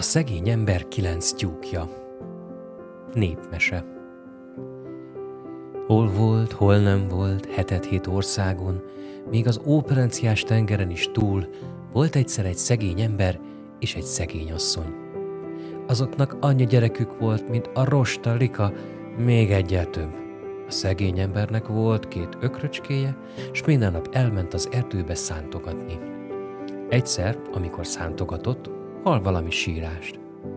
szegény ember 9 tyúkja. Népmese. Hol volt, hol nem volt, 7 országon, még az óperenciás tengeren is túl, volt egyszer egy szegény ember és egy szegény asszony. Azoknak annyi gyerekük volt, mint a rosta, lika, még egyel több. A szegény embernek volt 2 ökröcskéje, s minden nap elment az erdőbe szántogatni. Egyszer, amikor szántogatott, hall valami sírást.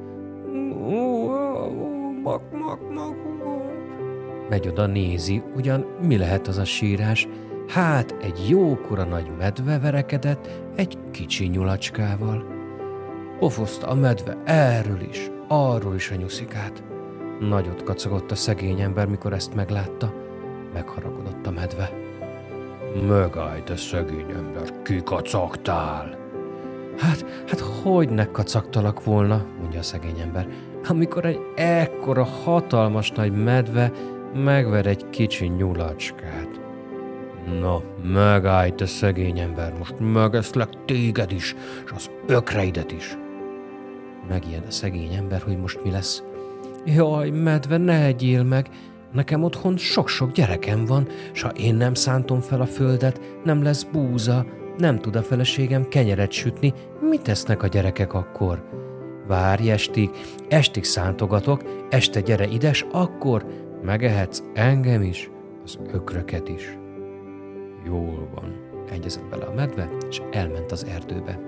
Megy oda, nézi, ugyan mi lehet az a sírás. Hát egy jókora nagy medve verekedett egy kicsi nyulacskával. Pofozta a medve erről is, arról is a nyuszikát. Nagyot kacagott a szegény ember, mikor ezt meglátta. Megharagudott a medve. Megállj, te szegény ember, kikacagtál? Hát hogy ne kacagtalak volna, mondja a szegény ember, amikor egy ekkora hatalmas nagy medve megver egy kicsi nyulacskát. Na, megállj, te szegény ember, most megeszlek téged is, és az ökreidet is. Megijed a szegény ember, hogy most mi lesz. Jaj, medve, ne egyél meg, nekem otthon sok-sok gyerekem van, s ha én nem szántom fel a földet, nem lesz búza, nem tud a feleségem kenyeret sütni, mit tesznek a gyerekek akkor? Várj estig szántogatok, este gyere ide, s akkor megehetsz engem is, az ökröket is. Jól van, egyezett bele a medve, és elment az erdőbe.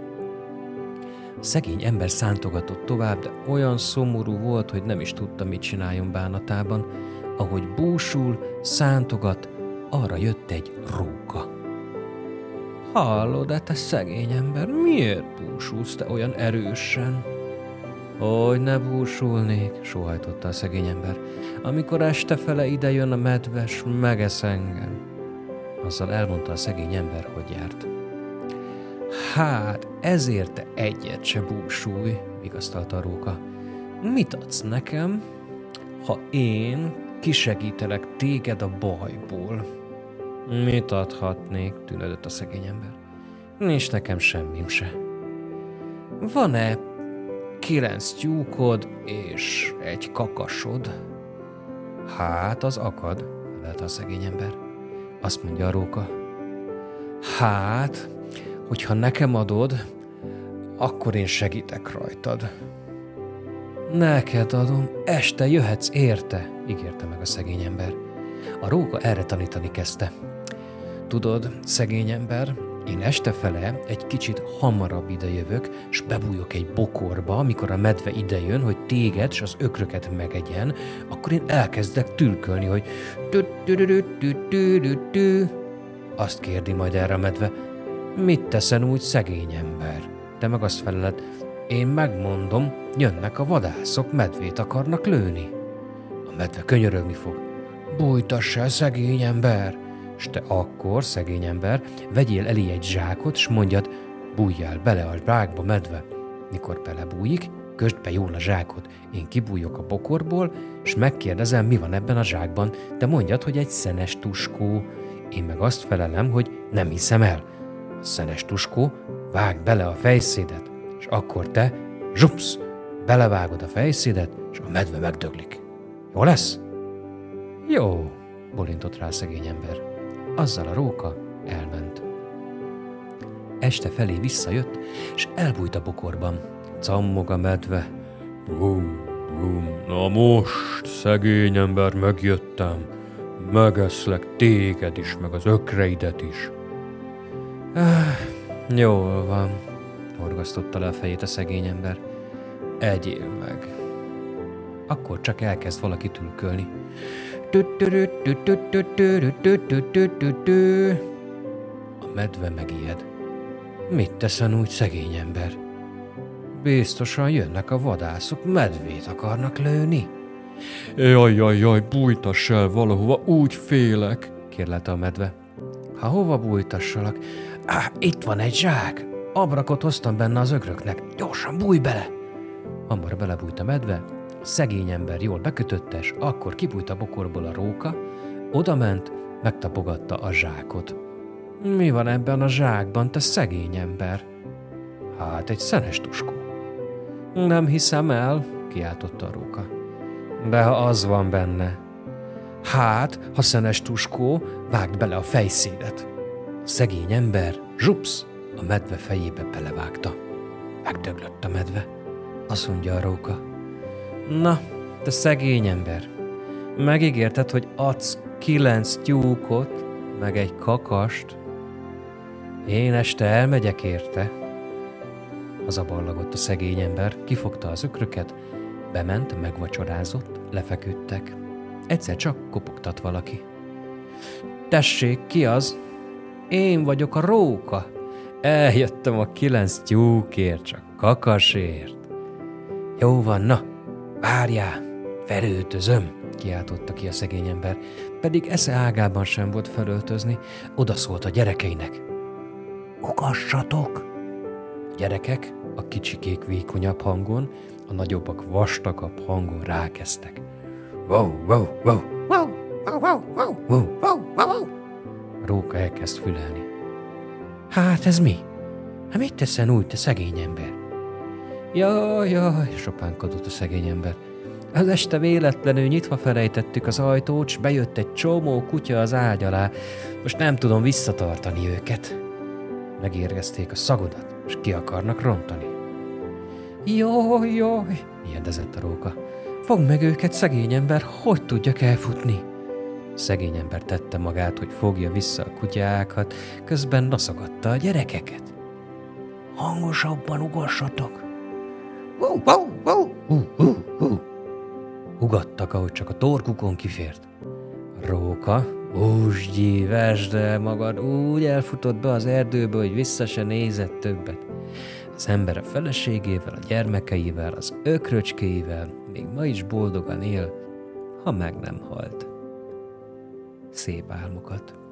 A szegény ember szántogatott tovább, de olyan szomorú volt, hogy nem is tudta, mit csináljon bánatában. Ahogy búsul, szántogat, arra jött egy róka. Hallod, te szegény ember, miért búsulsz te olyan erősen? Hogy ne búsulnék, sóhajtotta a szegény ember. Amikor estefele ide jön a medves, megesz engem. Azzal elmondta a szegény ember, hogy járt. Hát, ezért te egyet se búsulj, vigasztalta a róka. Mit adsz nekem, ha én kisegítelek téged a bajból? Mit adhatnék, tűnődött a szegény ember. Nincs nekem semmim se. Van-e 9 tyúkod és egy kakasod? Hát, az akad, felelte a szegény ember. Azt mondja a róka. Hát, hogyha nekem adod, akkor én segítek rajtad. Neked adom, este jöhetsz érte, ígérte meg a szegény ember. A róka erre tanítani kezdte. Tudod, szegény ember, én estefele egy kicsit hamarabb idejövök, s bebújok egy bokorba, amikor a medve idejön, hogy téged s az ökröket megegyen, akkor én elkezdek tülkölni, hogy tü. Azt kérdi majd erre a medve, mit teszen úgy, szegény ember? Te meg azt feleled, én megmondom, jönnek a vadászok, medvét akarnak lőni. A medve könyörögni fog. Bújtass el, szegény ember! S te akkor, szegény ember, vegyél elé egy zsákot, s mondjad, bújjál bele a zsákba, medve. Mikor belebújik, kösd be jól a zsákot. Én kibújok a bokorból, s megkérdezem, mi van ebben a zsákban, de mondjad, hogy egy szenes tuskó. Én meg azt felelem, hogy nem hiszem el. A szenes tuskó, vágd bele a fejszédet, és akkor te, zsupsz, belevágod a fejszédet, és a medve megdöglik. Jó lesz? Jó, bolintott rá a szegény ember. Azzal a róka elment. Este felé visszajött, és elbújt a bokorban. Cammog a medve. Brum, brum, na most, szegény ember, megjöttem. Megeszlek téged is, meg az ökreidet is. Jól van, horgasztotta le a fejét a szegény ember. Egyél meg. Akkor csak elkezd valaki tülkölni. A medve megijed. Mit teszen úgy, szegény ember? Biztosan jönnek a vadászok, medvét akarnak lőni. Jaj, bújtass el valahova, úgy félek, kérlelte a medve. Ha hova bújtassalak? Itt van egy zsák, abrakot hoztam benne az ökröknek, gyorsan bújj bele! Hamar belebújt a medve, a szegény ember jól bekötötte, és akkor kibújt a bokorból a róka, odament, megtapogatta a zsákot. Mi van ebben a zsákban, te szegény ember? Hát egy szenes tuskó. Nem hiszem el, kiáltotta a róka. De ha az van benne. Hát, ha szenes tuskó, vágd bele a fejszédet. A szegény ember, zsupsz, a medve fejébe belevágta. Megdöglött a medve. Azt mondja a róka. Na, te szegény ember, megígérted, hogy adsz 9 tyúkot, meg egy kakast. Én este elmegyek érte. Hazaballagott a szegény ember, kifogta az ökröket, bement, megvacsorázott, lefeküdtek. Egyszer csak kopogtat valaki. Tessék, ki az? Én vagyok a róka. Eljöttem a 9 tyúkért, csak kakasért. Jó van, na, várjál, felöltözöm, kiáltotta ki a szegény ember, pedig esze ágában sem volt felöltözni, odaszólt a gyerekeinek. Ugassatok! A gyerekek, a kicsikék vékonyabb hangon, a nagyobbak vastagabb hangon rákezdtek. Wow, wow, wow, wow, wow, wow, wow, wow, wow, wow. A róka elkezd fülelni. Hát ez mi? Hát mit teszel úgy, te szegény ember? Jaj, sopánkodott a szegény ember. Az este véletlenül nyitva felejtettük az ajtót, s bejött egy csomó kutya az ágy alá. Most nem tudom visszatartani őket. Megérgezték a szagodat, és ki akarnak rontani. Jaj, ijedezett a róka. Fogd meg őket, szegény ember, hogy tudjak elfutni? Szegény ember tette magát, hogy fogja vissza a kutyákat, közben noszogatta a gyerekeket. Hangosabban ugassatok! Ugattak, ahogy csak a torkukon kifért. Róka, úsgyi, vesd el magad, úgy elfutott be az erdőbe, hogy vissza se nézett többet. Az ember a feleségével, a gyermekeivel, az ökröcskéivel még ma is boldogan él, ha meg nem halt. Szép álmokat!